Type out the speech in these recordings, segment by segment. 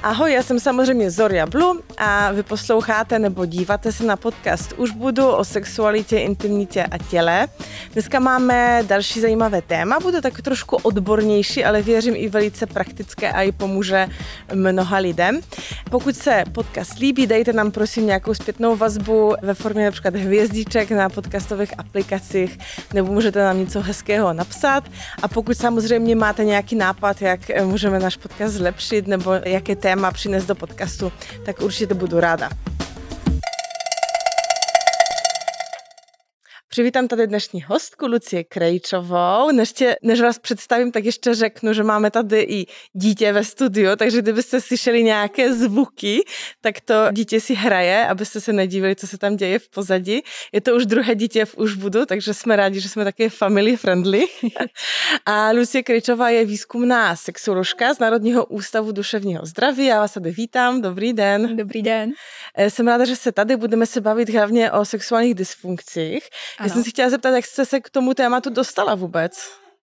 Ahoj, já jsem samozřejmě Zoria Blue a vy posloucháte nebo díváte se na podcast Už budu o sexualitě, intimitě a těle. Dneska máme další zajímavé téma, bude tak trošku odbornější, ale věřím i velice praktické a i pomůže mnoha lidem. Pokud se podcast líbí, dejte nám prosím nějakou zpětnou vazbu ve formě například hvězdiček na podcastových aplikacích, nebo můžete nám něco hezkého napsat. A pokud samozřejmě máte nějaký nápad, jak můžeme náš podcast zlepšit nebo jaké téma přinést do podcastu, tak určitě budu ráda. Přivítám tady dnešní hostku Lucie Krejčovou. Než vás představím, tak ještě řeknu, že máme tady i dítě ve studiu, takže kdybyste slyšeli nějaké zvuky, tak to dítě si hraje, abyste se nedívali, co se tam děje v pozadí. Je to už druhé dítě v Už budu, takže jsme rádi, že jsme také family friendly. A Lucie Krejčová je výzkumná sexoložka z Národního ústavu duševního zdraví. Já vás tady vítám, dobrý den. Dobrý den. Jsem ráda, že se tady budeme se bavit hlavně o sexuálních dysfunkcích. Já jsem si chtěla zeptat, jak jste se k tomu tématu dostala vůbec?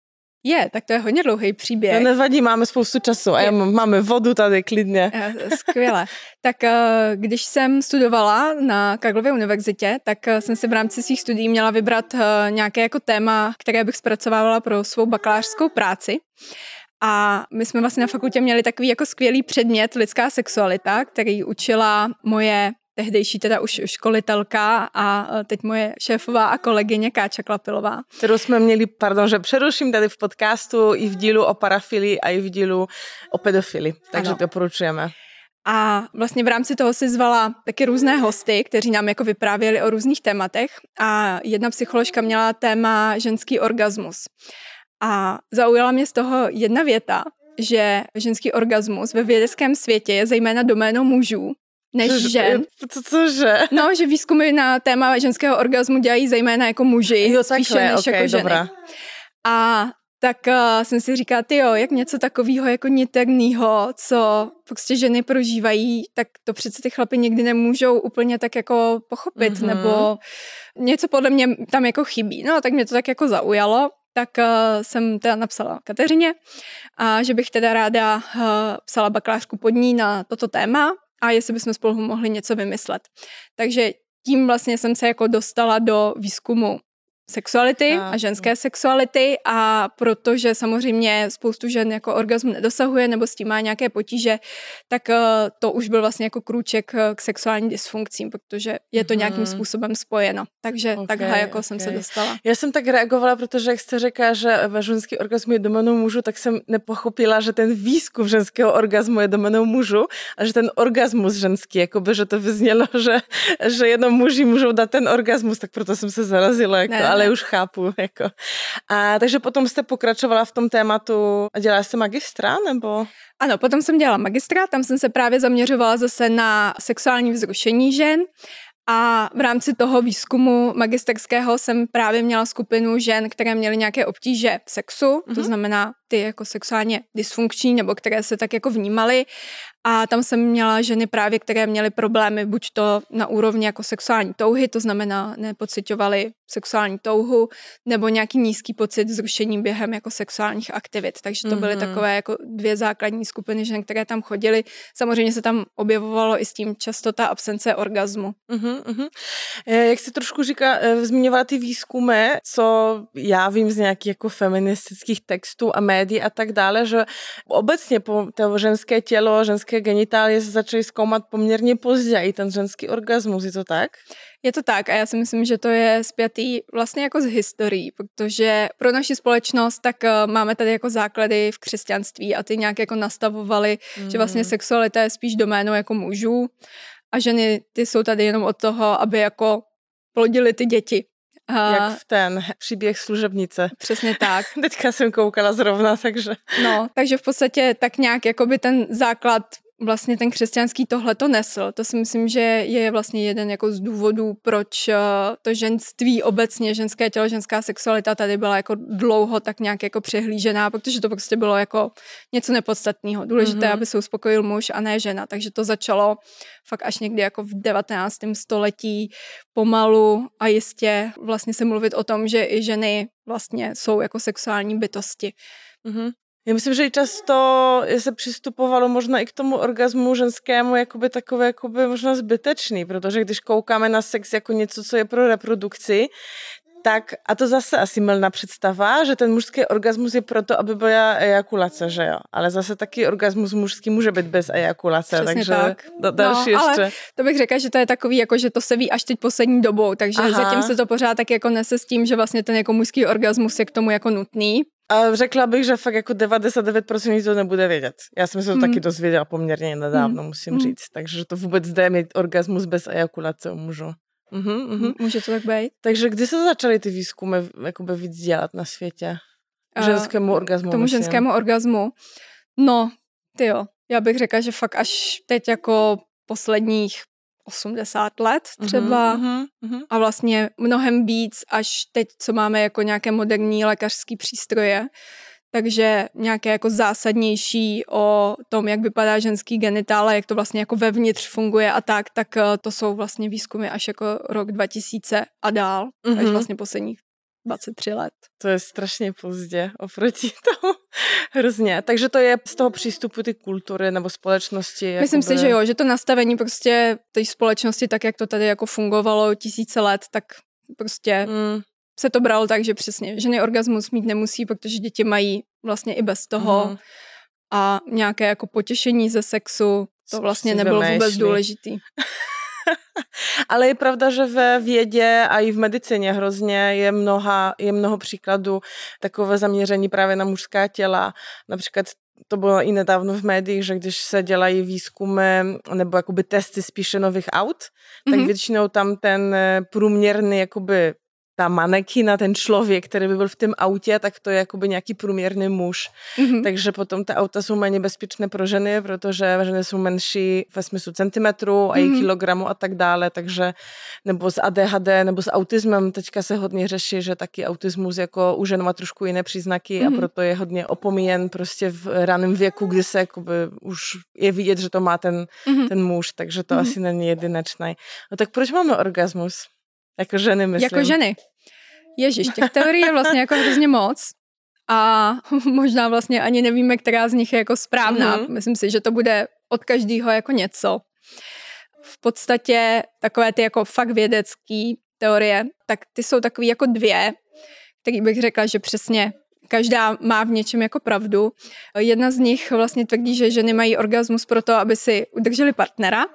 Tak to je hodně dlouhý příběh. To nevadí, máme spoustu času a máme vodu tady klidně. Skvěle. Tak když jsem studovala na Karlově univerzitě, tak jsem si v rámci svých studií měla vybrat nějaké jako téma, které bych zpracovávala pro svou bakalářskou práci. A my jsme vlastně na fakultě měli takový jako skvělý předmět lidská sexualita, který učila moje tehdejší teda už školitelka a teď moje šéfová a kolegyně Káča Klapilová. Kterou jsme měli, že přeruším tady v podcastu i v dílu o parafilii a i v dílu o pedofilii, takže ano. Doporučujeme. A vlastně v rámci toho si zvala taky různé hosty, kteří nám jako vyprávěli o různých tématech a jedna psycholožka měla téma ženský orgasmus. A zaujala mě z toho jedna věta, že ženský orgasmus ve vědeckém světě je zejména doménou mužů než žen. Cože? No, že výzkumy na téma ženského orgasmu dělají zejména jako muži, spíše než jako ženy. Dobrá. A tak jsem si říkala, jak něco takového jako niternýho, co prostě ženy prožívají, tak to přece ty chlapi nikdy nemůžou úplně tak jako pochopit, nebo něco podle mě tam jako chybí. No, tak mě to tak jako zaujalo. Tak jsem teda napsala Kateřině, a že bych teda ráda psala bakalářku pod ní na toto téma a jestli bychom spolu mohli něco vymyslet. Takže tím vlastně jsem se jako dostala do výzkumu sexuality a ženské sexuality a protože samozřejmě spoustu žen jako orgasmu nedosahuje nebo s tím má nějaké potíže, tak to už byl vlastně jako krůček k sexuálním dysfunkcím, protože je to nějakým způsobem spojeno. Takže takhle jako jsem se dostala. Já jsem tak reagovala, protože jak jste řekla, že ženský orgasmus je doménou mužů, tak jsem nepochopila, že ten výzkum ženského orgasmu je doménou mužů a že ten orgasmus ženský, jakoby, že to vyznělo, že jenom muži můžou dát ten orgasmus, tak proto jsem se zarazila. Jako, ale už chápu. Jako. A takže potom jste pokračovala v tom tématu a dělala jste magistra, nebo? Ano, potom jsem dělala magistra, tam jsem se právě zaměřovala zase na sexuální vzrušení žen a v rámci toho výzkumu magisterského jsem právě měla skupinu žen, které měly nějaké obtíže v sexu, to znamená ty jako sexuálně dysfunkční, nebo které se tak jako vnímaly. A tam jsem měla ženy právě, které měly problémy buď to na úrovni jako sexuální touhy, to znamená nepociťovaly sexuální touhu, nebo nějaký nízký pocit vzrušení během jako sexuálních aktivit. Takže to byly takové jako dvě základní skupiny žen, které tam chodily. Samozřejmě se tam objevovalo i s tím často ta absence orgazmu. Jak jsi trošku zmiňovala ty výzkumy, co já vím z nějakých jako feministických textů a médií a tak dále, že obecně po to ženské tělo, ženské genitálie se začaly zkoumat poměrně pozdě i ten ženský orgasmus, je to tak? Je to tak a já si myslím, že to je spjatý vlastně jako s historií, protože pro naši společnost tak máme tady jako základy v křesťanství a ty nějak jako nastavovali, že vlastně sexualita je spíš doménou jako mužů a ženy ty jsou tady jenom od toho, aby jako plodily ty děti. Jak v ten příběh služebnice. Přesně tak. Teďka jsem koukala zrovna, takže... No, takže v podstatě tak nějak jakoby ten základ vlastně ten křesťanský tohle to nesl. To si myslím, že je vlastně jeden jako z důvodů, proč to ženství obecně, ženské tělo, ženská sexualita tady byla jako dlouho tak nějak jako přehlížená, protože to prostě bylo jako něco nepodstatného. Důležité, aby se uspokojil muž a ne žena. Takže to začalo fakt až někdy jako v 19. století pomalu a jistě vlastně se mluvit o tom, že i ženy vlastně jsou jako sexuální bytosti. Já myslím, že i často se přistupovalo možná i k tomu orgazmu ženskému jakoby takové jakoby možná zbytečný, protože když koukáme na sex jako něco, co je pro reprodukci, tak, a to zase asi mylná představa, že ten mužský orgasmus je proto, aby byla ejakulace, že jo? Ale zase taky orgasmus mužský může být bez ejakulace, přesně takže tak. další ještě. Ale to bych řekla, že to je takový, jako že to se ví až teď poslední dobou, takže zatím se to pořád tak jako nese s tím, že vlastně ten jako mužský orgasmus je k tomu jako nutný. A řekla bych, že fakt jako 99% to nebude vědět. Já jsem se to taky dozvěděla poměrně nedávno, musím říct. Takže to vůbec jde mít orgasmus bez ejakulace u mužů. Může to tak být. Takže kdy se začaly ty výzkumy jakoby víc dělat na světě? Ženskému orgazmu. Tomu ženskému orgazmu. No, tyjo, já bych řekla, že fakt až teď jako posledních 80 let třeba a vlastně mnohem víc až teď, co máme jako nějaké moderní lékařské přístroje. Takže nějaké jako zásadnější o tom, jak vypadá ženský genitál a jak to vlastně jako vevnitř funguje a tak to jsou vlastně výzkumy až jako rok 2000 a dál, až vlastně posledních 23 let. To je strašně pozdě oproti tomu. Hrozně. Takže to je z toho přístupu ty kultury nebo společnosti. Myslím si, že jo, že to nastavení prostě té společnosti, tak jak to tady jako fungovalo tisíce let, tak prostě se to bralo tak, že přesně ženy orgasmus mít nemusí, protože děti mají vlastně i bez toho a nějaké jako potěšení ze sexu, to vlastně nebylo vůbec důležitý. Ale je pravda, že ve vědě a i v medicíně hrozně je mnoho příkladů takové zaměření právě na mužská těla. Například to bylo i nedávno v médiích, že když se dělají výzkumy nebo jakoby testy spíše nových aut, tak většinou tam ten průměrný jakoby ta manekina, ten člověk, který by byl v tom autě, tak to je jakoby nějaký průměrný muž. Takže potom ta auta jsou méně bezpečné pro ženy, protože ženy jsou menší ve smyslu centimetrů a i kilogramů a tak dále, takže nebo s ADHD, nebo s autismem teďka se hodně řeší, že taky autismus jako u žen má trošku jiné příznaky a proto je hodně opomíjen prostě v raném věku, kdy se jakoby už je vidět, že to má ten muž, takže to asi není jedinečný. No tak proč máme orgasmus? Jako ženy, myslím. Jako ženy. Ježiš, těch teorií je vlastně jako hrozně moc a možná vlastně ani nevíme, která z nich je jako správná. Myslím si, že to bude od každého jako něco. V podstatě takové ty jako fakt vědecké teorie, tak ty jsou takový jako dvě, který bych řekla, že přesně každá má v něčem jako pravdu. Jedna z nich vlastně tvrdí, že ženy mají orgasmus proto, aby si udrželi partnera,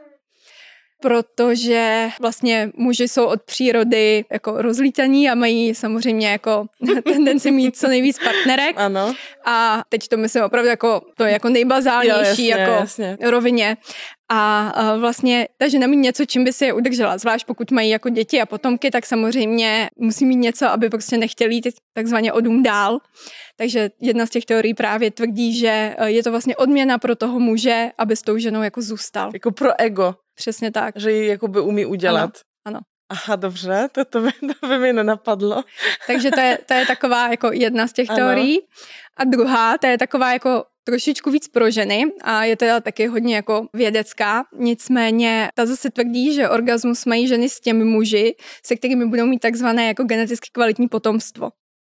protože vlastně muži jsou od přírody jako rozlítaní a mají samozřejmě jako tendenci mít co nejvíc partnerek. Ano. A teď to myslím opravdu jako to je jako nejbazálnější jasně. Rovině. A vlastně ta žena mít něco, čím by si je udržela, zvlášť pokud mají jako děti a potomky, tak samozřejmě musí mít něco, aby prostě nechtěli jít takzvaně o dům dál. Takže jedna z těch teorií právě tvrdí, že je to vlastně odměna pro toho muže, aby s tou ženou jako zůstal. Jako pro ego. Přesně tak. Že ji jakoby umí udělat. Ano. Aha, dobře, to by mi nenapadlo. Takže to je taková jako jedna z těch teorií. A druhá, to je taková jako trošičku víc pro ženy a je teda taky hodně jako vědecká. Nicméně ta zase tvrdí, že orgasmus mají ženy s těmi muži, se kterými budou mít takzvané jako geneticky kvalitní potomstvo.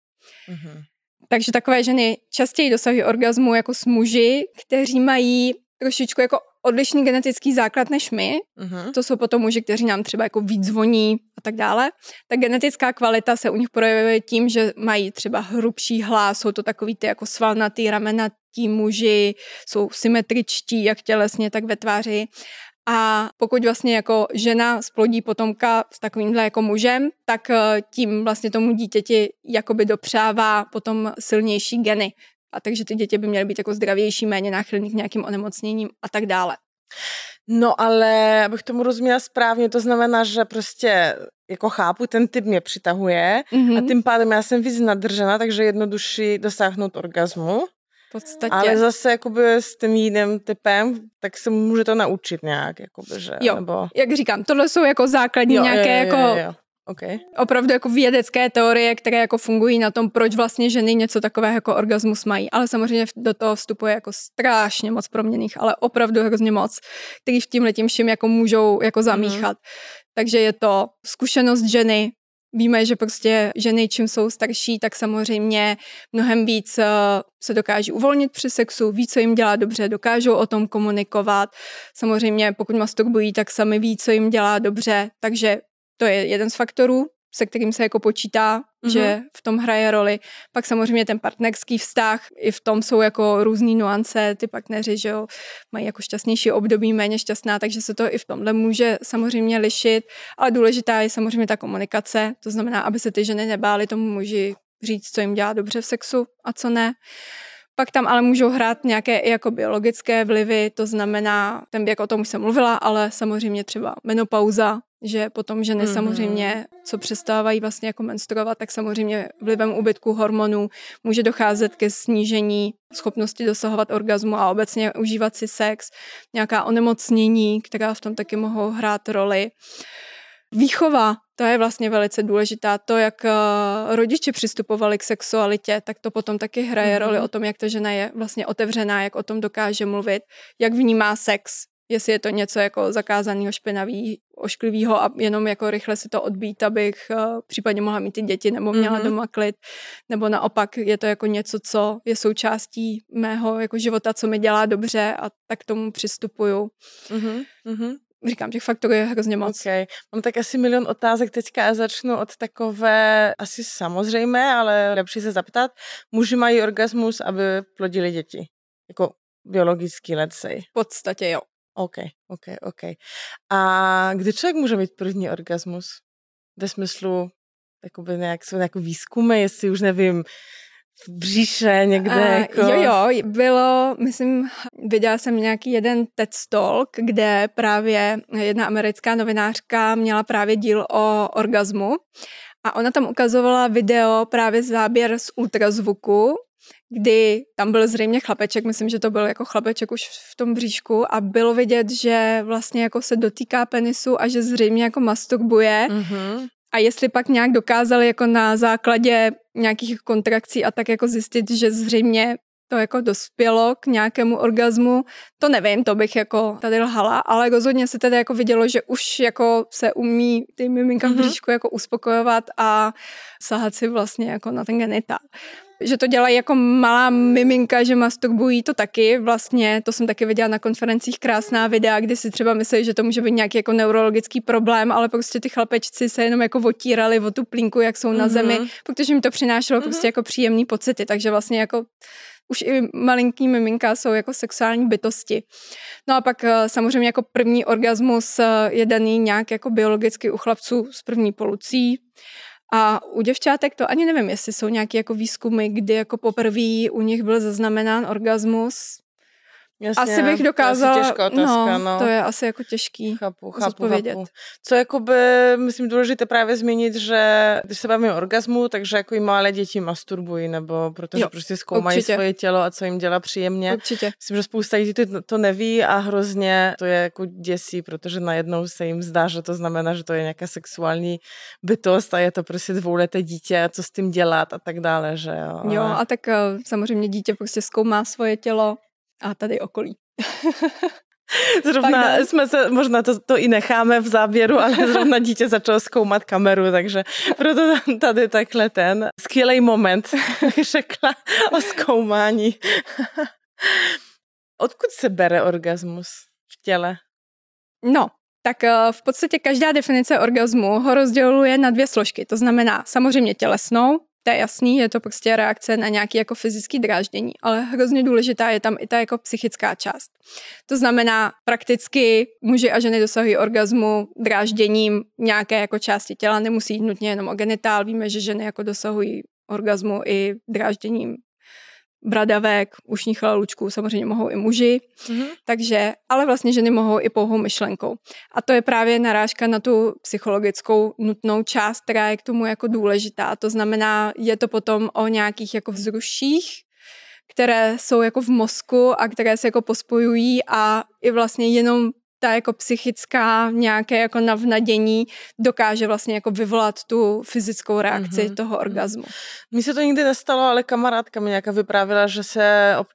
Takže takové ženy častěji dosahují orgasmu jako s muži, kteří mají trošičku jako odlišný genetický základ než my. To jsou potom muži, kteří nám třeba jako víc zvoní a tak dále. Ta genetická kvalita se u nich projevuje tím, že mají třeba hrubší hlas, jsou to takový ty jako svalnatý, ramenatí muži, jsou symetričtí jak tělesně, tak ve tváři. A pokud vlastně jako žena splodí potomka s takovýmhle jako mužem, tak tím vlastně tomu dítěti jakoby dopřává potom silnější geny. A takže ty děti by měly být jako zdravější, méně náchylný k nějakým onemocněním a tak dále. No ale, abych tomu rozuměla správně, to znamená, že prostě jako chápu, ten typ mě přitahuje a tím pádem já jsem víc nadržena, takže jednodušší dosáhnout orgazmu. V podstatě. Ale zase jakoby s tím jiným typem, tak se může to naučit nějak, jakoby, že? Jo, nebo... jak říkám, tohle jsou jako základní nějaké jako... Okay. Opravdu jako vědecké teorie, které jako fungují na tom, proč vlastně ženy něco takového jako orgasmus mají. Ale samozřejmě do toho vstupuje jako strašně moc proměnných, ale opravdu hrozně moc, který v tímhletím vším jako můžou jako zamíchat. Takže je to zkušenost ženy, Víme, že prostě ženy, čím jsou starší, tak samozřejmě mnohem víc se dokáží uvolnit při sexu, ví, co jim dělá dobře, dokážou o tom komunikovat. Samozřejmě pokud masturbují, tak sami ví, co jim dělá dobře, takže to je jeden z faktorů, se kterým se jako počítá, že v tom hraje roli. Pak samozřejmě ten partnerský vztah, i v tom jsou jako různý nuance, ty partneři, že jo, mají jako šťastnější období, méně šťastná, takže se to i v tomhle může samozřejmě lišit, ale důležitá je samozřejmě ta komunikace, to znamená, aby se ty ženy nebály tomu muži říct, co jim dělá dobře v sexu a co ne. Pak tam ale můžou hrát nějaké i jako biologické vlivy, to znamená, ten věk, o tom už jsem mluvila, ale samozřejmě třeba menopauza, že potom ženy samozřejmě, co přestávají vlastně jako menstruovat, tak samozřejmě vlivem úbytku hormonů může docházet ke snížení schopnosti dosahovat orgazmu a obecně užívat si sex, nějaká onemocnění, která v tom taky mohou hrát roli. Výchova, to je vlastně velice důležitá. To, jak rodiče přistupovali k sexualitě, tak to potom taky hraje roli o tom, jak ta žena je vlastně otevřená, jak o tom dokáže mluvit, jak vnímá sex, jestli je to něco jako zakázaného, špinavý, ošklivýho a jenom jako rychle si to odbít, abych případně mohla mít ty děti nebo měla doma klid, nebo naopak je to jako něco, co je součástí mého jako života, co mi dělá dobře a tak k tomu přistupuju. Říkám, těch faktorů je hrozně moc. Okay. Mám tak asi milion otázek teďka a začnu od takové asi samozřejmé, ale lepší se zaptat. Muži mají orgasmus, aby plodili děti. Jako biologický, let's say. V podstatě jo. OK. A kdy člověk může mít první orgasmus? Ve smyslu, jakoby jsou nějaké výzkumy, jestli už nevím, v bříše někde. Jako... Jo, bylo, myslím, viděla jsem nějaký jeden TED Talk, kde právě jedna americká novinářka měla právě díl o orgazmu a ona tam ukazovala video, právě záběr z ultrazvuku, kdy tam byl zřejmě chlapeček, myslím, že to byl jako chlapeček už v tom bříšku a bylo vidět, že vlastně jako se dotýká penisu a že zřejmě jako masturbuje. A jestli pak nějak dokázali jako na základě nějakých kontrakcí a tak jako zjistit, že zřejmě to jako dospělo k nějakému orgazmu, to nevím, to bych jako tady lhala, ale rozhodně se tedy jako vidělo, že už jako se umí ty miminka v bříšku jako uspokojovat a sahat si vlastně jako na ten genitál. Že to dělají jako malá miminka, že masturbují, to taky vlastně, to jsem taky viděla na konferencích krásná videa, kdy si třeba mysleli, že to může být nějaký jako neurologický problém, ale prostě ty chlapečci se jenom jako otírali o tu plínku, jak jsou na zemi, protože jim to přinášelo prostě jako příjemný pocity, takže vlastně jako už i malinký miminka jsou jako sexuální bytosti. No a pak samozřejmě jako první orgasmus je daný nějak jako biologicky u chlapců z první polucí. A u děvčátek to ani nevím, jestli jsou nějaké jako výzkumy, kdy jako poprvé u nich byl zaznamenán orgasmus. Jasně, asi bych dokázala, to je těžká otázka, no. To je asi jako těžký chápu. zodpovědět. Co jakoby, myslím, důležité právě zmínit, že když se bavíme o orgazmu, takže jako i malé děti masturbují, nebo protože prostě zkoumají svoje tělo a co jim dělá příjemně. Určitě. Myslím, že spousta lidí to neví a hrozně to je jako děsí, protože najednou se jim zdá, že to znamená, že to je nějaká sexuální bytost a je to prostě dvouleté dítě a co s tím dělat a tak dále, že jo. Jo, a tak samozřejmě dítě prostě zkoumá svoje tělo a tady okolí. Zrovna jsme se, možná to i necháme v záběru, ale zrovna dítě začalo zkoumat kameru, takže proto tady takhle ten skvělý moment, řekla o zkoumání. Odkud se bere orgasmus v těle? No, tak v podstatě každá definice orgasmu ho rozděluje na 2 složky. To znamená samozřejmě tělesnou, to je jasný, je to prostě reakce na nějaké jako fyzické dráždění, ale hrozně důležitá je tam i ta jako psychická část. To znamená prakticky muži a ženy dosahují orgasmu drážděním nějaké jako části těla, nemusí jít nutně jenom o genitál, víme, že ženy jako dosahují orgasmu i drážděním bradavek, ušních hlalučků, samozřejmě mohou i muži, takže, ale vlastně ženy mohou i pouhou myšlenkou. A to je právě narážka na tu psychologickou nutnou část, která je k tomu jako důležitá. To znamená, je to potom o nějakých jako vzruších, které jsou jako v mozku a které se jako pospojují a i vlastně jenom ta jako psychická nějaké jako navnadění dokáže vlastně jako vyvolat tu fyzickou reakci toho orgazmu. Mně se to nikdy nestalo, ale kamarádka mi nějaká vyprávila, že se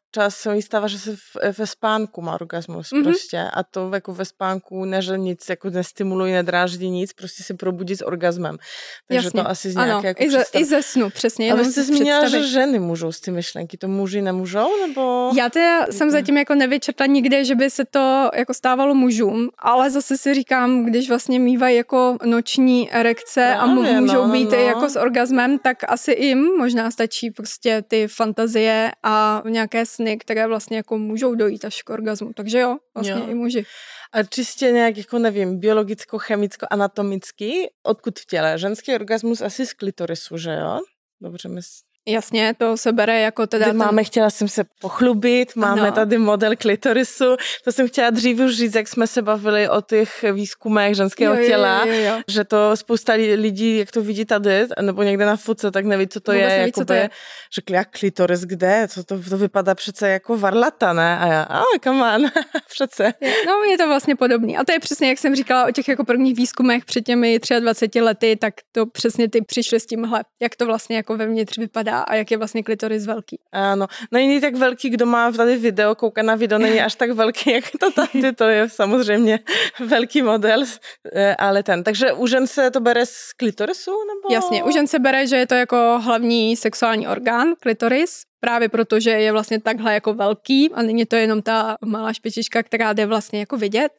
čas se mi stává, že se ve spánku má orgasmus prostě a to jako ve spánku ne, že nic jako nestimulují, nedráždí nic, prostě se probudit s orgasmem. Takže jasně. to asi z nějaké jako i ze snu, přesně. Ale jste zmínila, že ženy můžou z ty myšlenky, to muži nemůžou, nebo? Já teda jsem zatím jako nevyčetla nikde, že by se to jako stávalo mužům, ale zase si říkám, když vlastně mývají jako noční erekce a můžou být i jako s orgasmem, tak asi jim možná stačí prostě ty fantazie a nějaké sny, které vlastně jako můžou dojít až k orgasmu. Takže jo, vlastně i muži. A čistě nějak, jako nevím, biologicko, chemicko, anatomicky, odkud v těle? Ženský orgasmus asi z klitorisu, že jo? Dobře, Jasně, to se bere jako teda... Chtěla jsem se pochlubit, máme tady model klitorisu, to jsem chtěla dřív už říct, jak jsme se bavili o těch výzkumech ženského těla, že to spousta lidí, jak to vidí tady, nebo někde na fotce, tak neví, co to je. Neví, co to je. Řekli, jak klitoris, kde? To vypadá přece jako varlata, ne? A já, come on, přece. No, je to vlastně podobný. A to je přesně, jak jsem říkala o těch jako prvních výzkumech před těmi 23 lety, tak to přesně ty přišli s tímhle, jak to vlastně jako vevnitř vypadá a jak je vlastně klitoris velký. Ano, není tak velký, kdo má tady video, kouká na video, není až tak velký, jak to tady, to je samozřejmě velký model, ale takže u žen se to bere z klitorisu? Nebo? Jasně, u žen se bere, že je to jako hlavní sexuální orgán, klitoris, právě proto, že je vlastně takhle jako velký a není to jenom ta malá špičička, která jde vlastně jako vidět.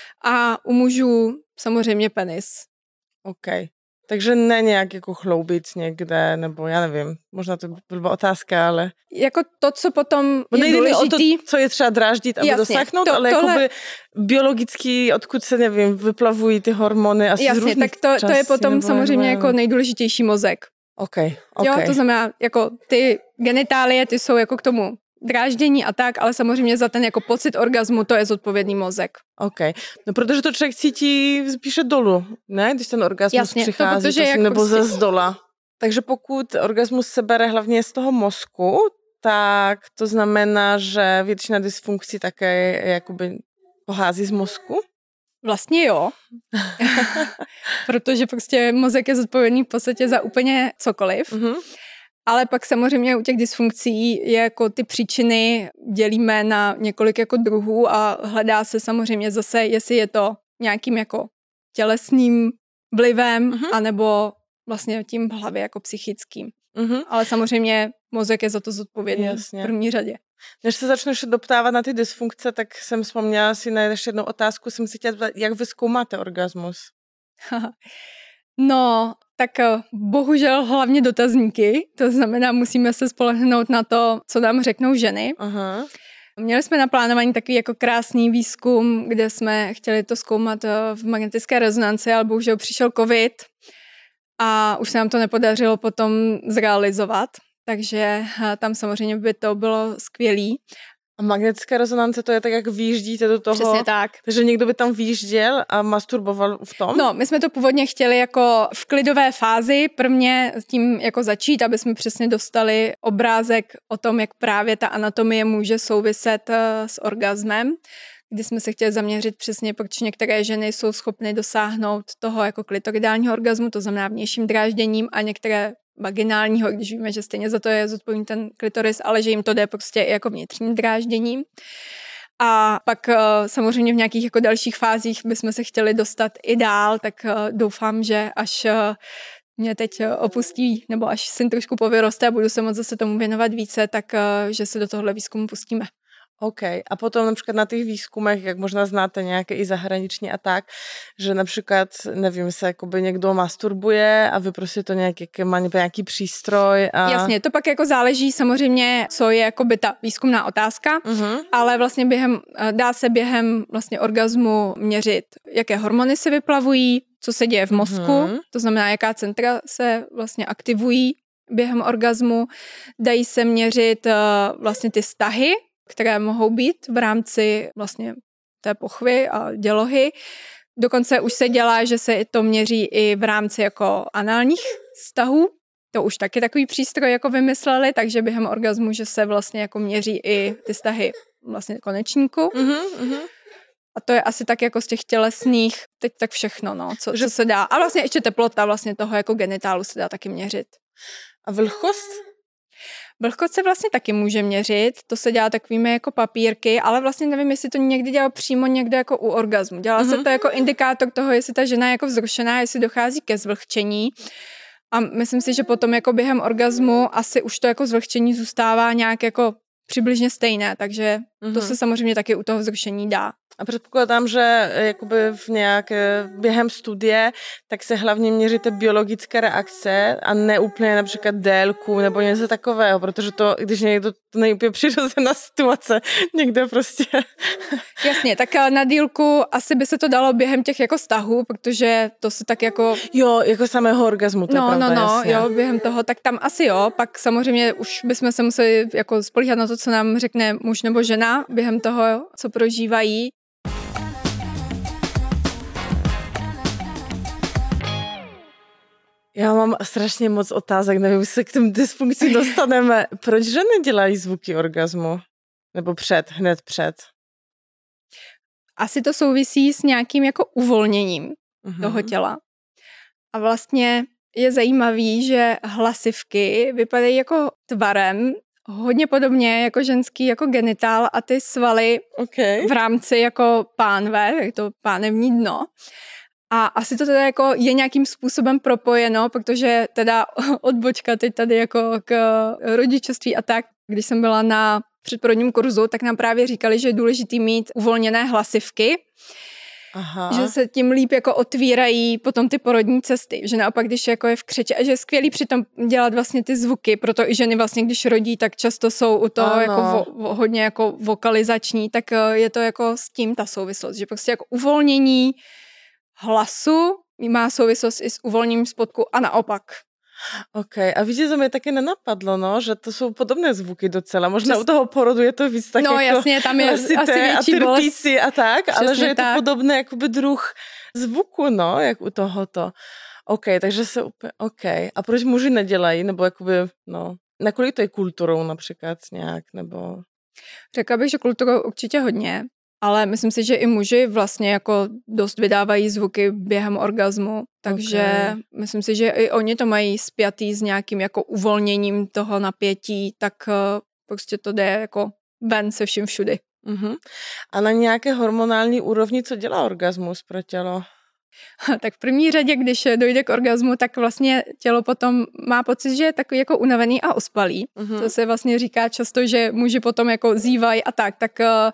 A u mužů samozřejmě penis. OK. Takže ne nějak jako chloubit někde, nebo já nevím, možná to byla otázka, ale... Jako to, co potom je důležitý... O to, co je třeba dráždit, aby dosáhnout, ale jakoby biologicky, odkud se, nevím, vyplavují ty hormony asi z různých tak to je potom samozřejmě jako nejdůležitější mozek. Okay. Jo, to znamená, jako ty genitálie, ty jsou jako k tomu dráždění a tak, ale samozřejmě za ten jako pocit orgazmu to je zodpovědný mozek. OK. No protože to člověk cítí spíše dolů, ne? Když ten orgasmus přichází, nebo ze zdola. Takže pokud orgasmus se bere hlavně z toho mozku, tak to znamená, že většina dysfunkcí také jakoby pochází z mozku? Vlastně jo. Protože prostě mozek je zodpovědný v podstatě za úplně cokoliv. Ale pak samozřejmě u těch dysfunkcí je jako ty příčiny dělíme na několik jako druhů a hledá se samozřejmě zase, jestli je to nějakým jako tělesným vlivem, anebo vlastně tím v hlavě jako psychickým. Ale samozřejmě mozek je za to zodpovědný v první řadě. Než se začnu ještě doptávat na ty dysfunkce, tak jsem vzpomněla si na ještě jednu otázku, jsem si chtěla, jak vy zkoumáte orgasmus? No, tak bohužel hlavně dotazníky, to znamená, musíme se spolehnout na to, co nám řeknou ženy. Aha. Měli jsme naplánovaný takový jako krásný výzkum, kde jsme chtěli to zkoumat v magnetické rezonanci, ale bohužel přišel covid a už se nám to nepodařilo potom zrealizovat, takže tam samozřejmě by to bylo skvělý. A magnetická rezonance, to je tak, jak vyjíždíte do toho? Přesně tak. Takže někdo by tam vyjížděl a masturboval v tom? No, my jsme to původně chtěli jako v klidové fázi prvně tím jako začít, aby jsme přesně dostali obrázek o tom, jak právě ta anatomie může souviset s orgasmem, kdy jsme se chtěli zaměřit přesně, proč některé ženy jsou schopny dosáhnout toho jako klitoridálního orgasmu, to znamená vnějším drážděním, a některé vaginálního, když víme, že stejně za to je zodpovědný ten klitoris, ale že jim to jde prostě i jako vnitřním drážděním. A pak samozřejmě v nějakých jako dalších fázích bychom se chtěli dostat i dál, tak doufám, že až mě teď opustí, nebo až syn trošku povyroste a budu se moc zase tomu věnovat více, tak že se do tohohle výzkumu pustíme. OK. A potom například na těch výzkumech, jak možná znáte nějaké i zahraniční a tak, že například, nevím, se jakoby někdo masturbuje a vy prostě to má nějaký přístroj. A... Jasně, to pak jako záleží samozřejmě, co je jakoby ta výzkumná otázka, ale vlastně dá se během vlastně orgazmu měřit, jaké hormony se vyplavují, co se děje v mozku, to znamená, jaká centra se vlastně aktivují během orgazmu. Dají se měřit vlastně ty vztahy, které mohou být v rámci vlastně té pochvy a dělohy. Dokonce už se dělá, že se to měří i v rámci jako análních vztahů. To už taky takový přístroj jako vymysleli, takže během orgazmu, že se vlastně jako měří i ty vztahy vlastně konečníku. A to je asi tak jako z těch tělesných, teď tak všechno, no, co se dá. A vlastně ještě teplota vlastně toho jako genitálu se dá taky měřit. A vlhkost? Vlhkost se vlastně taky může měřit, to se dělá takovými jako papírky, ale vlastně nevím, jestli to někdy dělá přímo někde jako u orgazmu. Dělá se to jako indikátor toho, jestli ta žena je jako vzrušená, jestli dochází ke zvlhčení. A myslím si, že potom jako během orgazmu asi už to jako zvlhčení zůstává nějak jako přibližně stejné, takže to se samozřejmě taky u toho vzrušení dá. A předpokládám, že jakoby během studie, tak se hlavně měříte biologické reakce a ne úplně například délku nebo něco takového, protože to, když někdo, to není úplně přirozená situace, někde prostě. Jasně, tak na dílku asi by se to dalo během těch jako vztahů, protože to se tak jako... Jo, jako samého orgazmu, to je pravda, jasně. Jo, během toho, tak tam asi jo, pak samozřejmě už bychom se museli jako spolíhat na to, co nám řekne muž nebo žena během toho, co prožívají. Já mám strašně moc otázek, nevím, jestli se k těm dysfunkcím dostaneme. Proč ženy dělají zvuky orgazmu? Nebo hned před? Asi to souvisí s nějakým jako uvolněním toho těla. A vlastně je zajímavý, že hlasivky vypadají jako tvarem, hodně podobně jako ženský jako genitál a ty svaly v rámci jako pánve, je to pánevní dno. A asi to teda jako je nějakým způsobem propojeno, protože teda odbočka teď tady jako k rodičovství a tak, když jsem byla na předporodním kurzu, tak nám právě říkali, že je důležitý mít uvolněné hlasivky, že se tím líp jako otvírají potom ty porodní cesty, že naopak, když jako je v křeči a že je skvělý přitom dělat vlastně ty zvuky, proto i ženy vlastně, když rodí, tak často jsou u toho jako hodně jako vokalizační, tak je to jako s tím ta souvislost, že prostě jako uvolnění hlasu má souvislost i s uvolněním spodku a naopak. OK, a víte, to mě taky nenapadlo, no, že to jsou podobné zvuky docela. Možná u toho porodu je to víc tak no, jako jasně, tam je asi větší bolest. A tak, přesně ale že je to tak. podobné jakoby druh zvuku, no, jak u tohoto. OK, takže se úplně, OK. A proč muži nedělají, nebo jakoby, no, nakolik to je kulturou například nějak, nebo... Řekla bych, že kulturou určitě hodně, ale myslím si, že i muži vlastně jako dost vydávají zvuky během orgazmu, takže myslím si, že i oni to mají spjatý s nějakým jako uvolněním toho napětí, tak prostě to jde jako ven se vším všudy. A na nějaké hormonální úrovni, co dělá orgasmus pro tělo? Tak v první řadě, když dojde k orgazmu, tak vlastně tělo potom má pocit, že je takový jako unavený a ospalý. To se vlastně říká často, že muži potom jako zívají a tak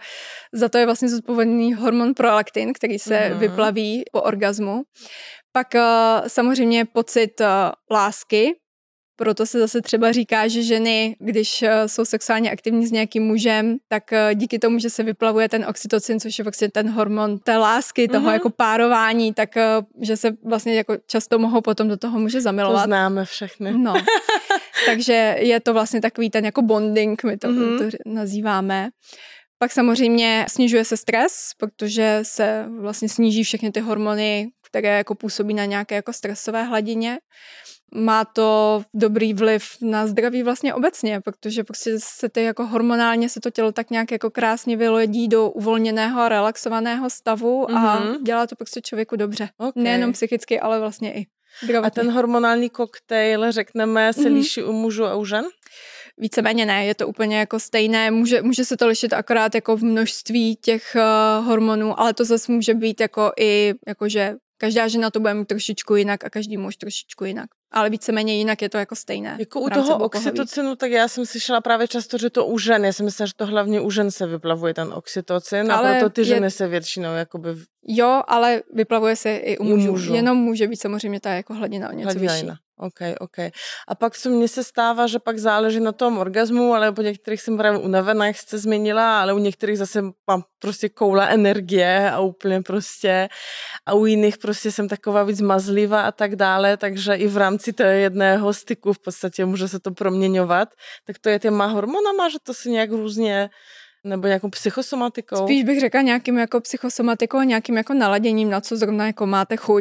za to je vlastně zodpovědný hormon prolaktin, který se vyplaví po orgazmu. Pak samozřejmě pocit lásky, proto se zase třeba říká, že ženy, když jsou sexuálně aktivní s nějakým mužem, tak díky tomu, že se vyplavuje ten oxytocin, což je vlastně ten hormon té lásky, toho jako párování, tak že se vlastně jako často mohou potom do toho muže zamilovat. To známe všechny. No. Takže je to vlastně takový ten jako bonding, my to nazýváme. Pak samozřejmě snižuje se stres, protože se vlastně sníží všechny ty hormony, které jako působí na nějaké jako stresové hladině. Má to dobrý vliv na zdraví vlastně obecně, protože prostě se to jako hormonálně se to tělo tak nějak jako krásně vyledí do uvolněného a relaxovaného stavu a dělá to prostě člověku dobře. Nejenom psychicky, ale vlastně i zdravotně. A ten hormonální koktejl, řekneme, se liší u mužů a u žen? Víceméně ne, je to úplně jako stejné, může se to lišit akorát jako v množství těch hormonů, ale to zase může být jako i, jakože každá žena to bude mít trošičku jinak a každý muž trošičku jinak. Ale víceméně jinak je to jako stejné. Jako u toho oxytocinu, tak já jsem slyšela právě často, že to u žen. Já jsem myslela, že to hlavně u žen se vyplavuje ten oxytocin, a proto ty ženy se většinou jakoby... Jo, ale vyplavuje se i u mužů. Jenom může být samozřejmě ta jako hladina o něco vyšší. OK. A pak co mně se stává, že pak záleží na tom orgazmu, ale po některých jsem právě unavená, jak jste změnila, ale u některých zase mám prostě koula energie a úplně prostě a u jiných prostě jsem taková víc mazlivá a tak dále, takže i v rámci toho jedného styku v podstatě může se to proměňovat. Tak to je těma hormonama, že to si nějak různě nebo nějakou psychosomatikou? Spíš bych řekla nějakým jako psychosomatikou a nějakým jako naladěním, na co zrovna jako máte chuť.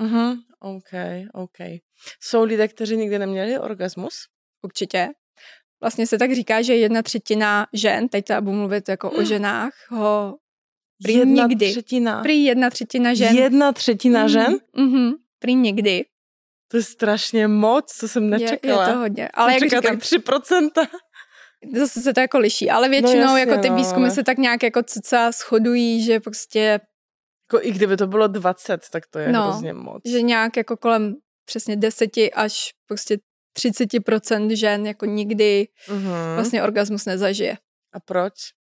OK. Jsou lidé, kteří nikdy neměli orgasmus? Určitě. Vlastně se tak říká, že 1/3 žen, teď budu mluvit jako o ženách, ho prý nikdy. 1/3? Prý 1/3 žen. 1/3 žen? Prý nikdy. To je strašně moc, co jsem nečekala. Je to hodně. Ale jak říkám, tak 3%. zase se to jako liší, ale většinou jako ty výzkumy se tak nějak jako cca shodují, že prostě... Jako i kdyby to bylo 20, tak to je hrozně moc. Že nějak jako kolem přesně 10 až prostě 30% žen jako nikdy vlastně orgasmus nezažije. A proč?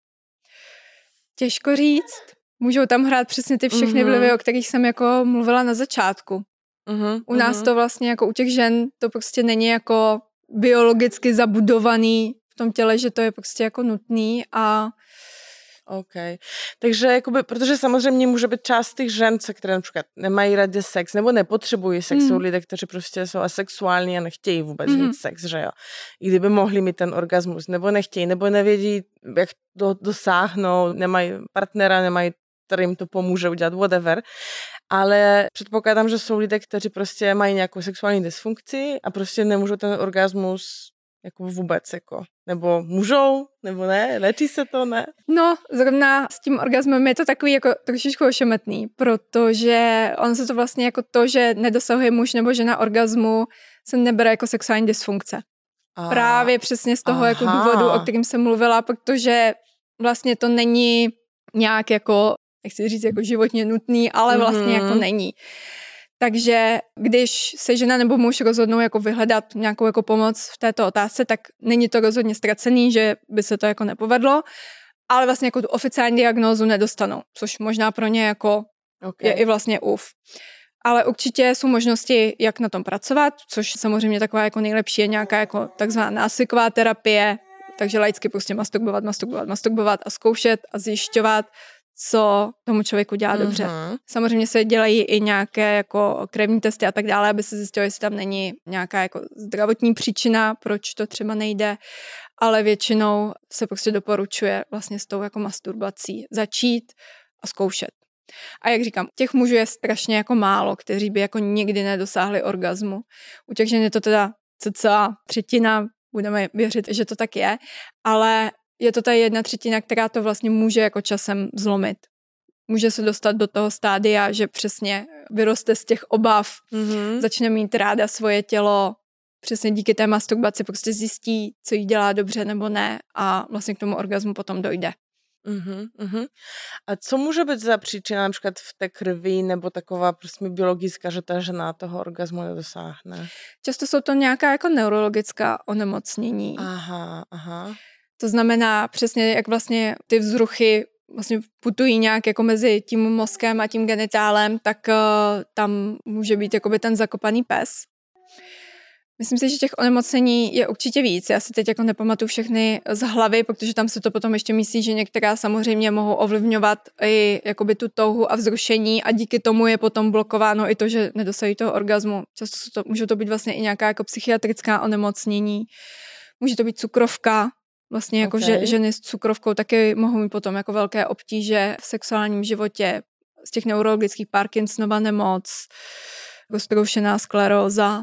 Těžko říct. Můžou tam hrát přesně ty všechny vlivy, o kterých jsem jako mluvila na začátku. U nás to vlastně jako u těch žen to prostě není jako biologicky zabudovaný v tom těle, že to je prostě jako nutný a OK. Takže jakoby, protože samozřejmě může být část těch žen, které například nemají rádi sex nebo nepotřebují sex, jsou lidé, kteří prostě jsou asexuální a nechtějí vůbec mít sex, že jo. I kdyby mohli mít ten orgasmus, nebo nechtějí, nebo nevědí, jak dosáhnout, nemají partnera, nemají, který jim to pomůže udělat, whatever. Ale předpokládám, že jsou lidé, kteří prostě mají nějakou sexuální dysfunkci a prostě nemůžou ten orgasmus jako vůbec, jako, nebo můžou, nebo ne, léčí se to, ne? No, zrovna s tím orgasmem je to takový jako trošičku ošemetný, protože on se to vlastně jako to, že nedosahuje muž nebo žena orgasmu, se nebere jako sexuální dysfunkce. Právě přesně z toho jako důvodu, o kterým jsem mluvila, protože vlastně to není nějak jako, nechci říct jako životně nutný, ale vlastně jako není. Takže když se žena nebo muž rozhodnou jako vyhledat nějakou jako pomoc v této otázce, tak není to rozhodně ztracený, že by se to jako nepovedlo, ale vlastně jako tu oficiální diagnózu nedostanou, což možná pro ně jako je i vlastně Ale určitě jsou možnosti, jak na tom pracovat, což samozřejmě taková jako nejlepší je nějaká jako takzvaná násyková terapie, takže laicky prostě masturbovat a zkoušet a zjišťovat, co tomu člověku dělá dobře. Samozřejmě se dělají i nějaké jako krevní testy a tak dále, aby se zjistilo, jestli tam není nějaká jako zdravotní příčina, proč to třeba nejde, ale většinou se prostě doporučuje vlastně s tou jako masturbací začít a zkoušet. A jak říkám, těch mužů je strašně jako málo, kteří by jako nikdy nedosáhli orgasmu. U těch žen je to teda cca třetina, budeme věřit, že to tak je, ale je to ta 1/3, která to vlastně může jako časem zlomit. Může se dostat do toho stádia, že přesně vyroste z těch obav, začne mít ráda svoje tělo, přesně díky té masturbaci prostě zjistí, co jí dělá dobře nebo ne a vlastně k tomu orgasmu potom dojde. A co může být za příčina například v té krvi nebo taková prostě biologická, že ta žena toho orgasmu nedosáhne? Často jsou to nějaká jako neurologická onemocnění. Aha. To znamená přesně, jak vlastně ty vzruchy vlastně putují nějak jako mezi tím mozkem a tím genitálem, tak tam může být jakoby ten zakopaný pes. Myslím si, že těch onemocnění je určitě víc. Já si teď jako nepamatuju všechny z hlavy, protože tam se to potom ještě myslí, že některá samozřejmě mohou ovlivňovat i jakoby tu touhu a vzrušení a díky tomu je potom blokováno i to, že nedosahují toho orgasmu. Často může to být vlastně i nějaká jako psychiatrická onemocnění. Může to být cukrovka. Vlastně jako ženy s cukrovkou taky mohou mít potom jako velké obtíže v sexuálním životě. Z těch neurologických Parkinsonova nemoc, roztroušená skleróza.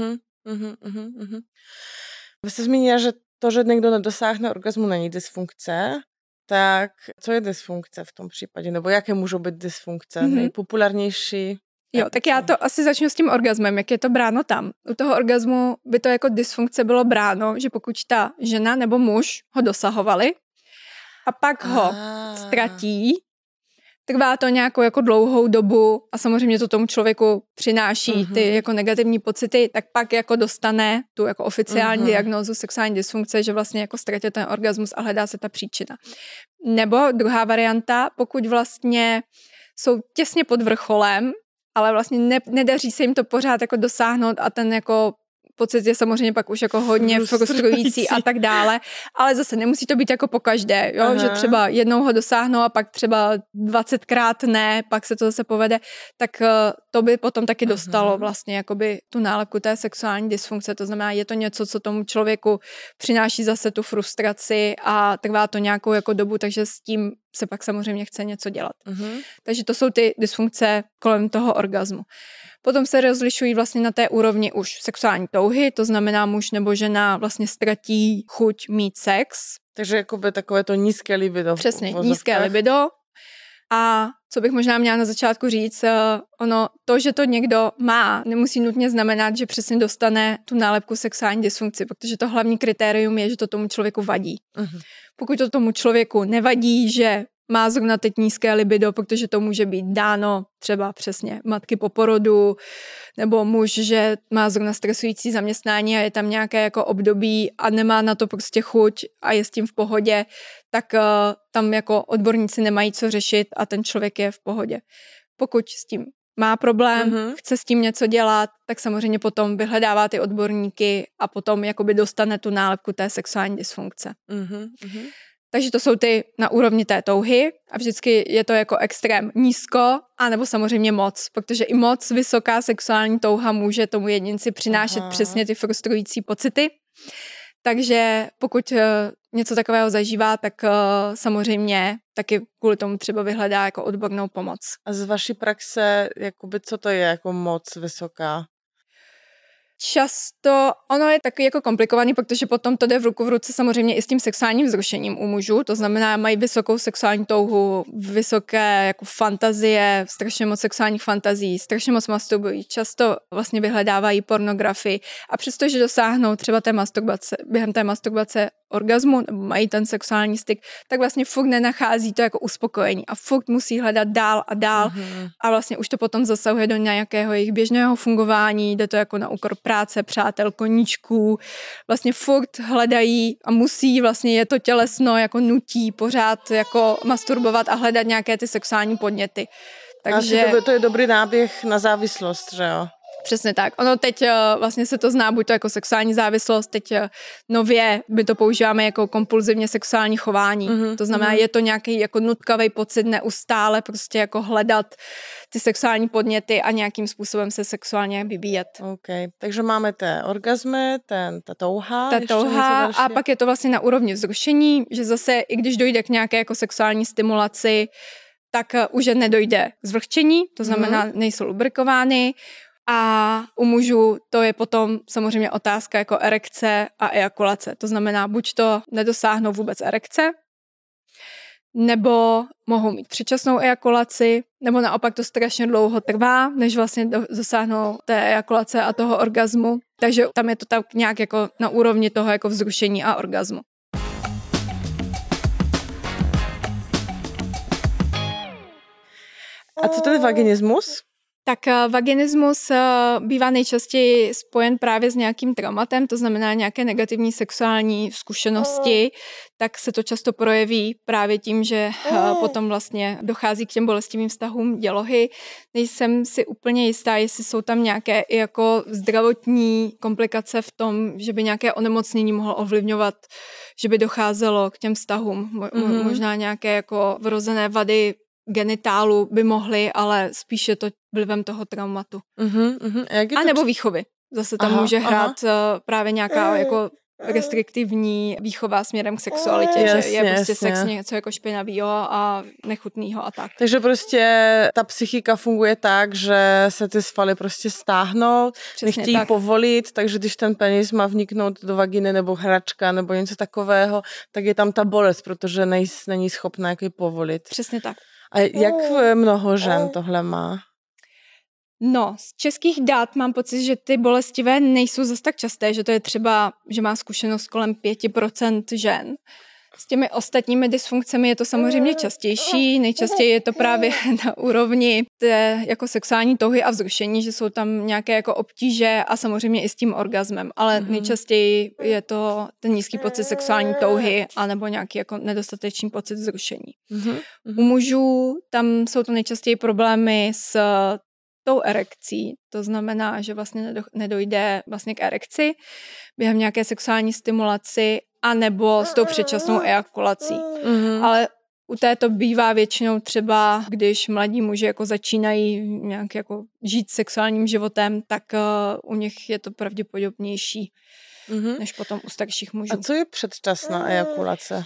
Vy jste zmínila, že to, že někdo nedosáhne orgasmu, není dysfunkce. Tak co je dysfunkce v tom případě? Nebo jaké můžou být dysfunkce? Nejpopulárnější? Jo, tak já to asi začnu s tím orgasmem, jak je to bráno tam. U toho orgasmu by to jako dysfunkce bylo bráno, že pokud ta žena nebo muž ho dosahovali a pak ho ztratí, trvá to nějakou jako dlouhou dobu a samozřejmě to tomu člověku přináší ty jako negativní pocity, tak pak jako dostane tu jako oficiální diagnózu sexuální dysfunkce, že vlastně jako ztratil ten orgasmus a hledá se ta příčina. Nebo druhá varianta, pokud vlastně jsou těsně pod vrcholem, ale vlastně nedaří se jim to pořád jako dosáhnout a ten jako pocit je samozřejmě pak už jako hodně frustrující a tak dále, ale zase nemusí to být jako pokaždé, jo? Že třeba jednou ho dosáhnou a pak třeba 20krát ne, pak se to zase povede, tak to by potom taky dostalo vlastně jakoby tu nálepku té sexuální dysfunkce, to znamená, je to něco, co tomu člověku přináší zase tu frustraci a trvá to nějakou jako dobu, takže s tím se pak samozřejmě chce něco dělat. Takže to jsou ty dysfunkce kolem toho orgasmu. Potom se rozlišují vlastně na té úrovni už sexuální touhy, to znamená muž nebo žena vlastně ztratí chuť mít sex. Takže jakoby takové to nízké libido. Přesně, nízké libido. A co bych možná měla na začátku říct, to, že to někdo má, nemusí nutně znamenat, že přesně dostane tu nálepku sexuální dysfunkci, protože to hlavní kritérium je, že to tomu člověku vadí. Pokud to tomu člověku nevadí, že má zrovna teď nízké libido, protože to může být dáno třeba přesně matky po porodu, nebo muž, že má zrovna stresující zaměstnání a je tam nějaké jako období a nemá na to prostě chuť a je s tím v pohodě, tak tam jako odborníci nemají co řešit a ten člověk je v pohodě. Pokud s tím má problém, chce s tím něco dělat, tak samozřejmě potom vyhledává ty odborníky a potom jakoby dostane tu nálepku té sexuální dysfunkce. Takže to jsou ty na úrovni té touhy a vždycky je to jako extrém nízko, anebo samozřejmě moc, protože i moc vysoká sexuální touha může tomu jedinci přinášet přesně ty frustrující pocity. Takže pokud něco takového zažívá, tak samozřejmě taky kvůli tomu třeba vyhledá jako odbornou pomoc. A z vaší praxe, jakoby, co to je jako moc vysoká? Často ono je taky jako komplikovaný, protože potom to jde v ruku v ruce samozřejmě i s tím sexuálním vzrušením u mužů, to znamená, mají vysokou sexuální touhu, vysoké jako fantazie, strašně moc sexuálních fantazí, strašně moc masturbují, často vlastně vyhledávají pornografii a přestože dosáhnou třeba během té masturbace orgazmu, nebo mají ten sexuální styk, tak vlastně furt nenachází to jako uspokojení a furt musí hledat dál a dál a vlastně už to potom zasahuje do nějakého jejich běžného fungování, jde to jako na úkor práce, přátel, koníčků, vlastně furt hledají a musí, vlastně je to tělesno jako nutí pořád jako masturbovat a hledat nějaké ty sexuální podněty. Takže to je dobrý náběh na závislost, že jo? Přesně tak. Ono teď vlastně se to zná buď to jako sexuální závislost, teď nově my to používáme jako kompulzivně sexuální chování. To znamená, je to nějaký jako nutkavý pocit neustále prostě jako hledat ty sexuální podněty a nějakým způsobem se sexuálně vyvíjet. OK. Takže máme té orgazmy, ta touha. Ta touha a pak je to vlastně na úrovni vzrušení, že zase i když dojde k nějaké jako sexuální stimulaci, tak už nedojde k zvlhčení, to znamená, nejsou lubrikovány. A u mužů to je potom samozřejmě otázka jako erekce a ejakulace. To znamená, buď to nedosáhnou vůbec erekce, nebo mohou mít předčasnou ejakulaci, nebo naopak to strašně dlouho trvá, než vlastně dosáhnou té ejakulace a toho orgazmu. Takže tam je to tak nějak jako na úrovni toho jako vzrušení a orgazmu. A co to je vaginismus? Tak vaginismus bývá nejčastěji spojen právě s nějakým traumatem, to znamená nějaké negativní sexuální zkušenosti, tak se to často projeví právě tím, že potom vlastně dochází k těm bolestivým vztahům dělohy. Nejsem si úplně jistá, jestli jsou tam nějaké i jako zdravotní komplikace v tom, že by nějaké onemocnění mohlo ovlivňovat, že by docházelo k těm vztahům. Možná nějaké jako vrozené vady genitálu by mohly, ale spíše to vlivem toho traumatu. A nebo výchovy. Zase tam může hrát právě nějaká jako restriktivní výchova směrem k sexualitě, že je prostě sex něco jako špinavýho a nechutnýho a tak. Takže prostě ta psychika funguje tak, že se ty svaly prostě stáhnou, nechtějí povolit, takže když ten penis má vniknout do vagíny nebo hračka nebo něco takového, tak je tam ta bolest, protože není schopná jako povolit. Přesně tak. A jak mnoho žen tohle má? No, z českých dat mám pocit, že ty bolestivé nejsou zase tak časté, že to je třeba, že má zkušenost kolem 5% žen. S těmi ostatními dysfunkcemi je to samozřejmě častější, nejčastěji je to právě na úrovni té jako sexuální touhy a vzrušení, že jsou tam nějaké jako obtíže a samozřejmě i s tím orgazmem, ale nejčastěji je to ten nízký pocit sexuální touhy anebo nějaký jako nedostatečný pocit vzrušení. U mužů tam jsou to nejčastěji problémy s tou erekcí, to znamená, že vlastně nedojde vlastně k erekci během nějaké sexuální stimulaci a nebo s tou předčasnou ejakulací. Ale u této bývá většinou třeba, když mladí muži jako začínají nějak jako žít sexuálním životem, tak u nich je to pravděpodobnější než potom u starších mužů. A co je předčasná ejakulace?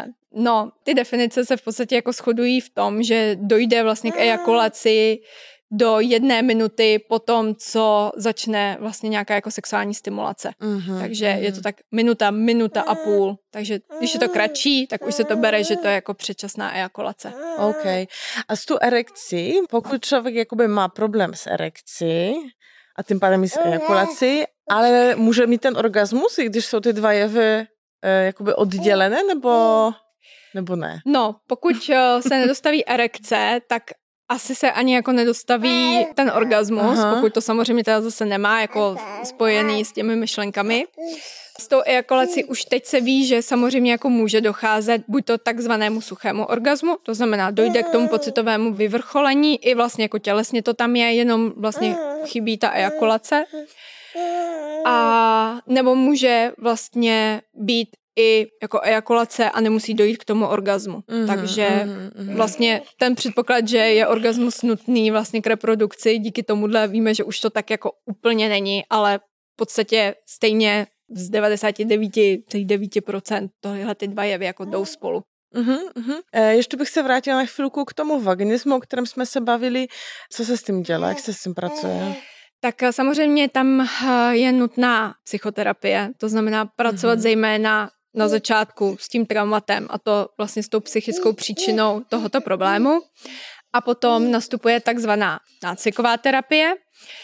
No, ty definice se v podstatě jako shodují v tom, že dojde vlastně k ejakulaci, do 1 minuty po tom, co začne vlastně nějaká jako sexuální stimulace. Takže je to tak minuta a půl. Takže když je to kratší, tak už se to bere, že to je jako předčasná ejakulace. OK. A s tu erekcí, pokud člověk jakoby má problém s erekcí a tím pádem i s ejakulací, ale může mít ten orgasmus, i když jsou ty dva jevy jakoby oddělené, nebo ne? No, pokud se nedostaví erekce, tak asi se ani jako nedostaví ten orgasmus, pokud to samozřejmě teda zase nemá jako spojený s těmi myšlenkami. S tou ejakulací už teď se ví, že samozřejmě jako může docházet buď to takzvanému suchému orgasmu, to znamená dojde k tomu pocitovému vyvrcholení, i vlastně jako tělesně to tam je, jenom vlastně chybí ta ejakulace. A nebo může vlastně být i jako ejakulace a nemusí dojít k tomu orgasmu. Takže vlastně ten předpoklad, že je orgasmus nutný vlastně k reprodukci, díky tomuhle víme, že už to tak jako úplně není, ale v podstatě stejně z 99,9% tohle ty dva jevy jako jdou spolu. Ještě bych se vrátila na chvilku k tomu vaginismu, o kterém jsme se bavili. Co se s tím dělá? Jak se s tím pracuje? Tak samozřejmě tam je nutná psychoterapie, to znamená pracovat zejména na začátku s tím traumatem a to vlastně s tou psychickou příčinou tohoto problému. A potom nastupuje takzvaná nácviková terapie,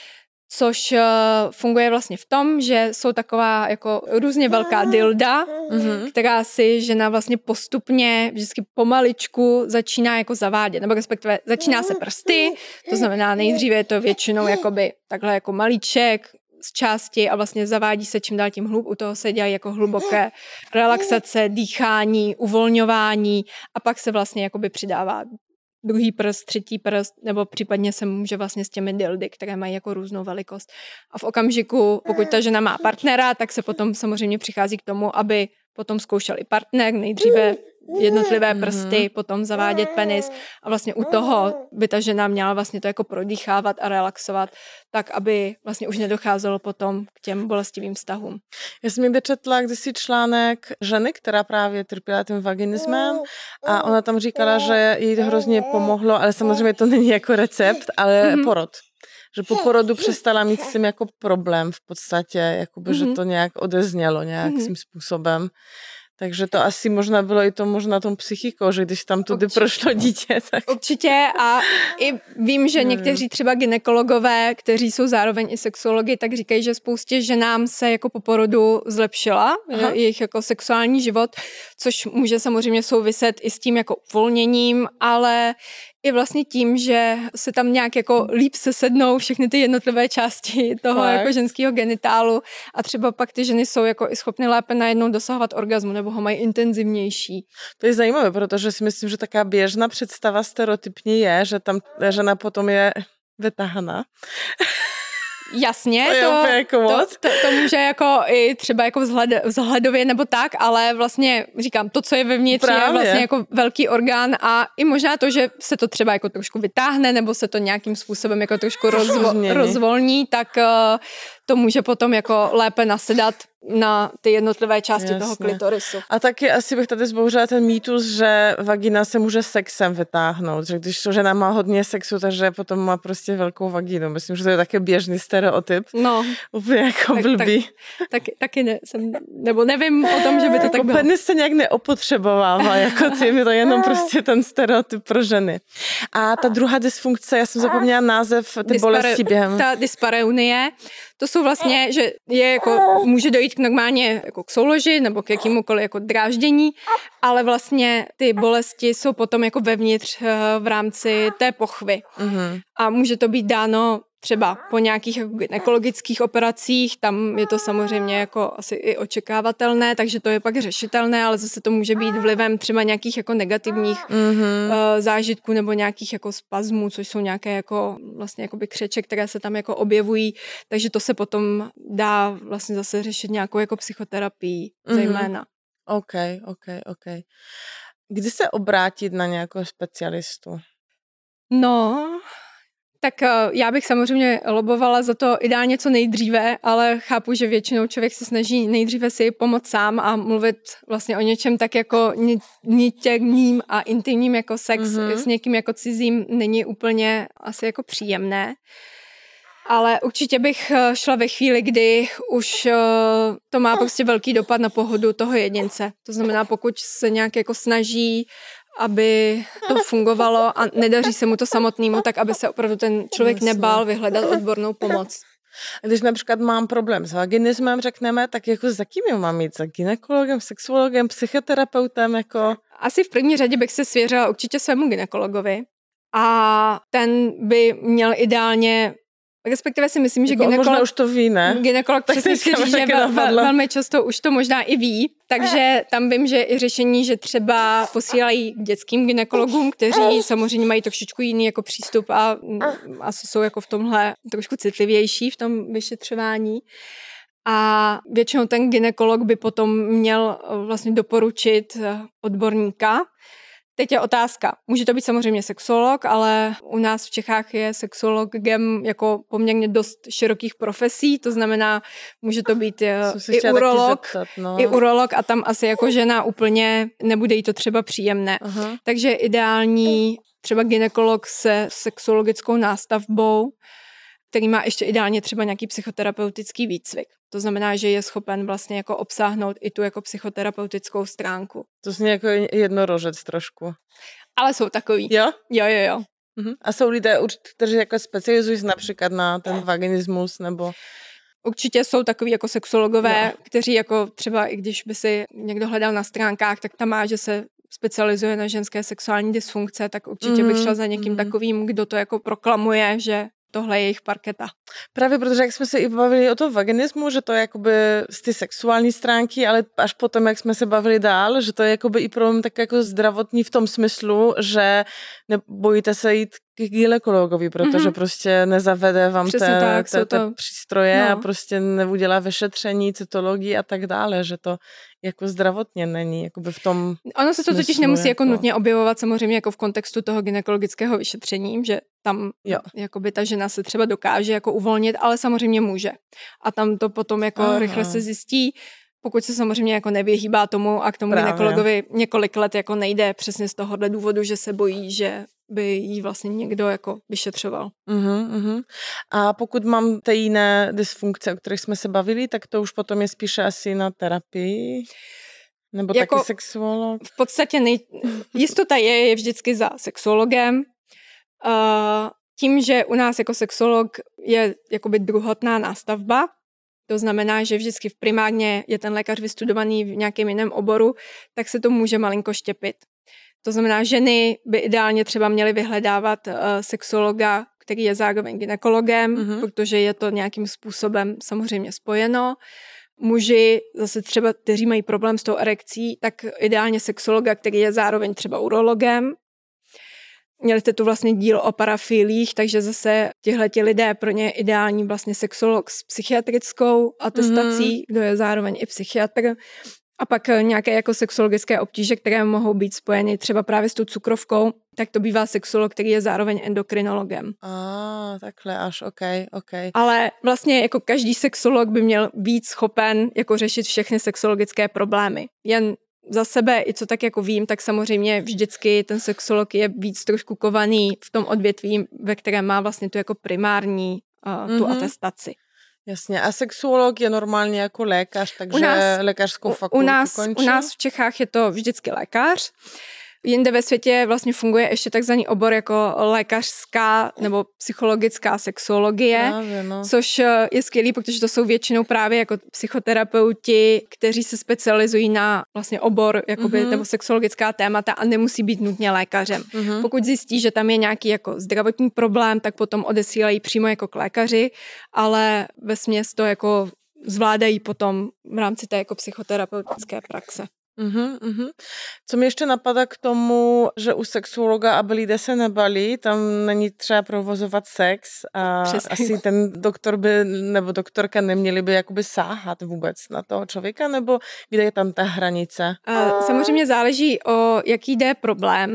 což funguje vlastně v tom, že jsou taková jako různě velká dilda, která si žena vlastně postupně, vždycky pomaličku začíná jako zavádět, nebo respektive začíná se prsty, to znamená nejdříve je to většinou jakoby takhle jako malíček z části a vlastně zavádí se čím dál tím u toho se dělají jako hluboké relaxace, dýchání, uvolňování a pak se vlastně jakoby přidává druhý prst, třetí prst, nebo případně se může vlastně s těmi dildy, které mají jako různou velikost. A v okamžiku, pokud ta žena má partnera, tak se potom samozřejmě přichází k tomu, aby potom zkoušel i partner, nejdříve jednotlivé prsty, potom zavádět penis a vlastně u toho by ta žena měla vlastně to jako prodýchávat a relaxovat, tak aby vlastně už nedocházelo potom k těm bolestivým vztahům. Já jsem někde četla kdysi článek ženy, která právě trpěla tím vaginismem a ona tam říkala, že jí to hrozně pomohlo, ale samozřejmě to není jako recept, ale porod. Že po porodu přestala mít s tím jako problém v podstatě, jakoby, že to nějak odeznělo nějakým způsobem. Takže to asi možná bylo i to možná tom psychikou, že když tam tudy prošlo dítě. Tak... Určitě a i vím, že někteří třeba gynekologové, kteří jsou zároveň i sexuologi, tak říkají, že spoustě ženám se jako po porodu zlepšila jejich jako sexuální život, což může samozřejmě souviset i s tím jako uvolněním, ale i vlastně tím, že se tam nějak jako líp sesednou všechny ty jednotlivé části toho jako ženského genitálu a třeba pak ty ženy jsou jako i schopny lépe najednou dosahovat orgazmu nebo ho mají intenzivnější. To je zajímavé, protože si myslím, že taká běžná představa stereotypně je, že tam žena potom je vytahaná. Jasně, to může jako i třeba jako vzhledově nebo tak, ale vlastně říkám, to, co je vevnitř, je vlastně jako velký orgán a i možná to, že se to třeba jako trošku vytáhne nebo se to nějakým způsobem jako trošku rozvolní, tak to může potom jako lépe nasedat na ty jednotlivé části toho klitorisu. A taky asi bych tady zbouřila ten mýtus, že vagina se může sexem vytáhnout, že když žena má hodně sexu, takže potom má prostě velkou vagínu. Myslím, že to je taky běžný stereotyp. No. Úplně jako blbý. Taky ne, nebo nevím o tom, že by to tak bylo. Penis se nějak neopotřebovává jako tím, je to jenom prostě ten stereotyp pro ženy. A ta druhá dysfunkce, já jsem zapomněla název ty bolesti během. Ta dyspareunie, to jsou vlastně, že je jako, může dojít normálně jako k souloži nebo k jakýmukoliv jako dráždění, ale vlastně ty bolesti jsou potom jako vevnitř v rámci té pochvy. A může to být dáno třeba po nějakých jako gynekologických operacích, tam je to samozřejmě jako asi i očekávatelné, takže to je pak řešitelné, ale zase to může být vlivem třeba nějakých jako negativních zážitků nebo nějakých jako spazmů, což jsou nějaké jako vlastně jakoby křeče, které se tam jako objevují, takže to se potom dá vlastně zase řešit nějakou jako psychoterapii zejména. OK. Kdy se obrátit na nějakého specialistu? No, Tak já bych samozřejmě lobovala za to ideálně co nejdříve, ale chápu, že většinou člověk se snaží nejdříve si pomoct sám a mluvit vlastně o něčem tak jako nitěgním a intimním jako sex s někým jako cizím není úplně asi jako příjemné. Ale určitě bych šla ve chvíli, kdy už to má prostě velký dopad na pohodu toho jedince. To znamená, pokud se nějak jako snaží, aby to fungovalo a nedaří se mu to samotnému, tak aby se opravdu ten člověk nebál vyhledat odbornou pomoc. A když například mám problém s vaginismem, řekneme, tak jako za kým mám jít? Za gynekologem, sexuologem, psychoterapeutem? Jako... Asi v první řadě bych se svěřila určitě svému gynekologovi a ten by měl ideálně, respektive si myslím, že jako možná už to ví, ne? Gynekolog přesně si říct, že velmi často už to možná i ví, takže tam vím, že i řešení, že třeba posílají k dětským gynekologům, kteří samozřejmě mají trošičku jiný jako přístup a asi jsou jako v tomhle trošku citlivější v tom vyšetřování. A většinou ten gynekolog by potom měl vlastně doporučit odborníka. Teď je otázka. Může to být samozřejmě sexolog, ale u nás v Čechách je sexologem jako poměrně dost širokých profesí, to znamená, může to být i urolog a tam asi jako žena úplně nebude jí to třeba příjemné. Aha. Takže ideální třeba gynekolog se sexologickou nástavbou, který má ještě ideálně třeba nějaký psychoterapeutický výcvik. To znamená, že je schopen vlastně jako obsáhnout i tu jako psychoterapeutickou stránku. To zní jako jednorožec trošku. Ale jsou takový. Jo? Jo. Mhm. A jsou lidé, kteří jako specializují se například na ten vaginismus nebo... Určitě jsou takový jako sexologové, kteří jako třeba i když by si někdo hledal na stránkách, tak tam má, že se specializuje na ženské sexuální dysfunkce, tak určitě bych šla za někým takovým, kdo to jako proklamuje, že tohle je jejich parketa. Právě protože jak jsme se i bavili o tom vaginismu, že to je jakoby z ty sexuální stránky, ale až potom, jak jsme se bavili dál, že to je jakoby i problém tak jako zdravotní v tom smyslu, že nebojíte se jít k gynekologovi, protože prostě nezavede vám té přístroje a prostě neudělá vyšetření, cytologii a tak dále, že to jako zdravotně není jakoby v tom ono se to totiž nemusí jako nutně objevovat samozřejmě jako v kontextu toho gynekologického vyšetření, že tam jakoby ta žena se třeba dokáže jako uvolnit, ale samozřejmě může. A tam to potom jako rychle se zjistí, pokud se samozřejmě jako nevyhýbá tomu a k tomu gynekologovi několik let jako nejde přesně z tohohle důvodu, že se bojí, že by jí vlastně někdo jako vyšetřoval. A pokud mám ty jiné dysfunkce, o kterých jsme se bavili, tak to už potom je spíše asi na terapii? Nebo jako taky sexuolog? V podstatě jistota je vždycky za sexuologem. Tím, že u nás jako sexuolog je jakoby druhotná nástavba, to znamená, že vždycky v primárně je ten lékař vystudovaný v nějakém jiném oboru, tak se to může malinko štěpit. To znamená, ženy by ideálně třeba měly vyhledávat sexuologa, který je zároveň gynekologem, protože je to nějakým způsobem samozřejmě spojeno. Muži zase třeba, kteří mají problém s tou erekcí, tak ideálně sexuologa, který je zároveň třeba urologem. Měli jste tu vlastně díl o parafilích, takže zase tihleti lidé, pro ně je ideální vlastně sexolog s psychiatrickou atestací, kdo je zároveň i psychiatr. A pak nějaké jako sexuologické obtíže, které mohou být spojeny třeba právě s tou cukrovkou, tak to bývá sexuolog, který je zároveň endokrinologem. Takhle až, ok. Ale vlastně jako každý sexolog by měl být schopen jako řešit všechny sexuologické problémy. Jen za sebe, i co tak jako vím, tak samozřejmě vždycky ten sexolog je víc trošku kovaný v tom odvětví, ve kterém má vlastně tu jako primární tu atestaci. Jasně. A sexuolog je normálně jako lékař, takže lékařskou fakultu končí? U nás v Čechách je to vždycky lékař. Jinde ve světě vlastně funguje ještě takzvaný obor jako lékařská nebo psychologická sexuologie, což je skvělý, protože to jsou většinou právě jako psychoterapeuti, kteří se specializují na vlastně obor jakoby, nebo sexuologická témata a nemusí být nutně lékařem. Pokud zjistí, že tam je nějaký jako zdravotní problém, tak potom odesílají přímo jako k lékaři, ale vesměs to jako zvládají potom v rámci té jako psychoterapeutické praxe. Co mi ještě napadá k tomu, že u sexuologa, aby lidé se nebali, tam není třeba provozovat sex a asi ten doktor by, nebo doktorka neměli by jakoby sáhat vůbec na toho člověka, nebo kde je tam ta hranice? Samozřejmě záleží, o jaký jde problém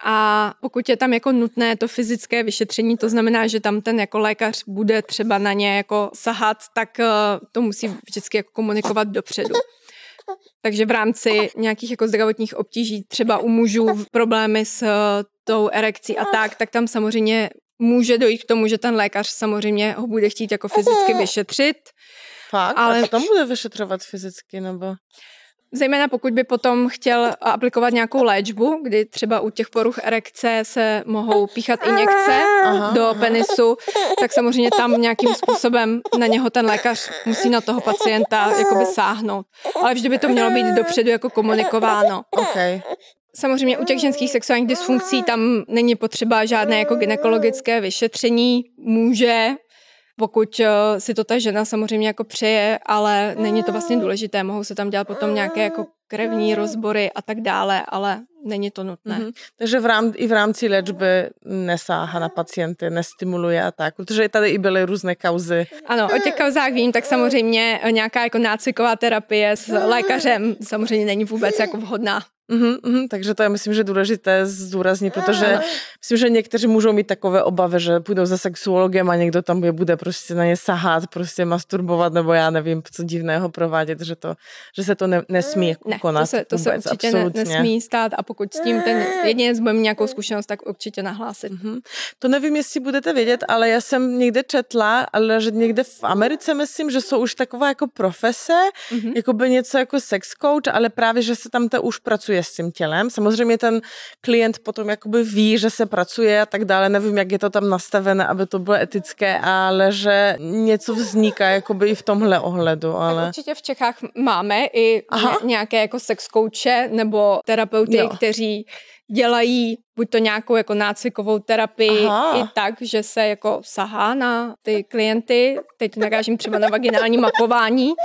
A pokud je tam jako nutné to fyzické vyšetření, to znamená, že tam ten jako lékař bude třeba na ně jako sahat, tak to musí vždycky jako komunikovat dopředu. Takže v rámci nějakých jako zdravotních obtíží, třeba u mužů problémy s tou erekcí a tak tam samozřejmě může dojít k tomu, že ten lékař samozřejmě ho bude chtít jako fyzicky vyšetřit. Fakt? Ale a co tam bude vyšetřovat fyzicky, nebo? Zejména pokud by potom chtěl aplikovat nějakou léčbu, kdy třeba u těch poruch erekce se mohou píchat injekce do penisu, tak samozřejmě tam nějakým způsobem na něho ten lékař musí na toho pacienta jakoby sáhnout. Ale vždy by to mělo být dopředu jako komunikováno. Okay. Samozřejmě u těch ženských sexuálních dysfunkcí tam není potřeba žádné jako gynekologické vyšetření, může, pokud si to ta žena samozřejmě jako přeje, ale není to vlastně důležité. Mohou se tam dělat potom nějaké jako krevní rozbory a tak dále, ale není to nutné. Takže i v rámci léčby nesáhá na pacienty, nestimuluje a tak, protože tady i byly různé kauzy. Ano, o těch kauzách vím, tak samozřejmě nějaká jako nácviková terapie s lékařem samozřejmě není vůbec jako vhodná. Takže to je, myslím, že důležité zdůraznit, protože myslím, že někteří můžou mít takové obavy, že půjdou za sexuologem a někdo tam bude prostě na ně sahat, prostě masturbovat, nebo já nevím, co divného provádět, že se to nesmí konat. To se určitě nesmí stát a pokud s tím ten jedinec bude mít nějakou zkušenost, tak určitě nahlásit. To nevím, jestli budete vědět, ale já jsem někde četla, ale že někde v Americe myslím, že jsou už taková jako profese, jako by něco jako sex coach, ale právě, že se tam to už pracuje s tím tělem. Samozřejmě ten klient potom jakoby ví, že se pracuje a tak dále. Nevím, jak je to tam nastavené, aby to bylo etické, ale že něco vzniká jakoby i v tomhle ohledu. Ale... Tak určitě v Čechách máme i nějaké jako sex coache nebo terapeuty, kteří dělají buď to nějakou jako nácvikovou terapii i tak, že se jako sahá na ty klienty. Teď narážím třeba na vaginální mapování,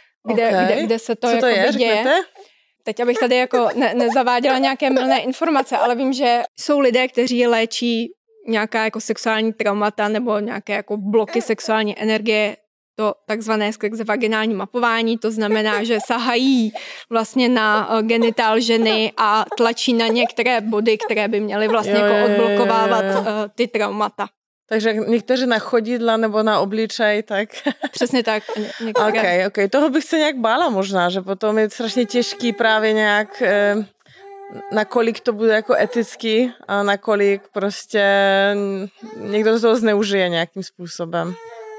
kde se to jako děje. Teď abych tady jako nezaváděla nějaké mylné informace, ale vím, že jsou lidé, kteří léčí nějaká jako sexuální traumata nebo nějaké jako bloky sexuální energie, to takzvané skrze vaginální mapování, to znamená, že sahají vlastně na genitál ženy a tlačí na některé body, které by měly vlastně jako odblokovávat ty traumata. Takže někteří na chodidla nebo na obličej, tak? Přesně tak. Okay. Toho bych se nějak bála možná, že potom je strašně těžký právě nějak, nakolik to bude jako etický a nakolik prostě někdo to zneužije nějakým způsobem.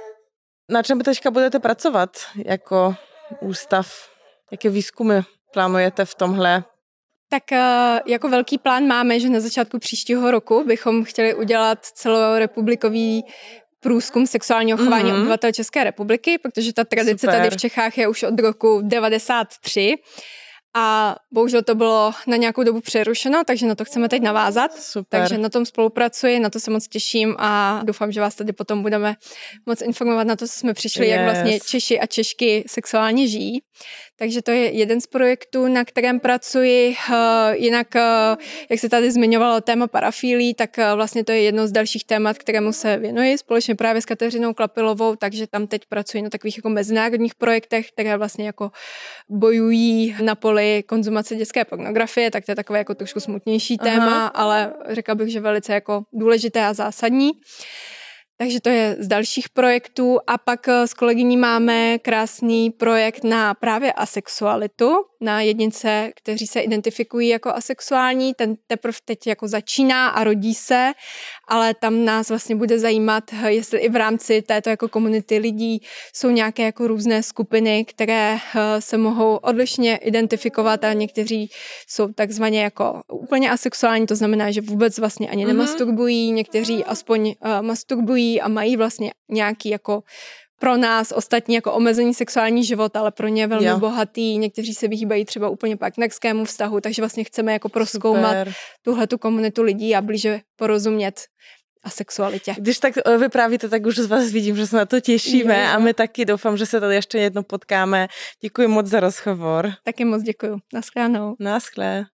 Na čem teďka budete pracovat jako ústav? Jaké výzkumy plánujete v tomhle? Tak jako velký plán máme, že na začátku příštího roku bychom chtěli udělat celorepublikový průzkum sexuálního chování obyvatel České republiky, protože ta tradice tady v Čechách je už od roku 1993 a bohužel to bylo na nějakou dobu přerušeno, takže na to chceme teď navázat. Super. Takže na tom spolupracuji, na to se moc těším a doufám, že vás tady potom budeme moc informovat na to, co jsme přišli, jak vlastně Češi a Češky sexuálně žijí. Takže to je jeden z projektů, na kterém pracuji. Jinak, jak se tady zmiňovalo téma parafílí, tak vlastně to je jedno z dalších témat, kterému se věnuji společně právě s Kateřinou Klapilovou, takže tam teď pracuji na takových jako mezinárodních projektech, které vlastně jako bojují na poli konzumace dětské pornografie, tak to je takové jako trošku smutnější téma, ale řekla bych, že velice jako důležité a zásadní. Takže to je z dalších projektů a pak s kolegyní máme krásný projekt na právě asexualitu, na jedince, kteří se identifikují jako asexuální, ten teprve teď jako začíná a rodí se, ale tam nás vlastně bude zajímat, jestli i v rámci této jako komunity lidí jsou nějaké jako různé skupiny, které se mohou odlišně identifikovat a někteří jsou takzvaně jako úplně asexuální, to znamená, že vůbec vlastně ani nemasturbují, někteří aspoň masturbují a mají vlastně nějaký jako pro nás ostatní jako omezený sexuální život, ale pro ně velmi bohatý. Někteří se vyhýbají třeba úplně partnerskému vztahu, takže vlastně chceme jako prozkoumat tuhletu komunitu lidí a blíže porozumět asexualitě. Když tak vyprávíte, tak už z vás vidím, že se na to těšíme a my taky doufám, že se tady ještě jednou potkáme. Děkuji moc za rozhovor. Taky moc děkuji. Naschledanou. Naschle.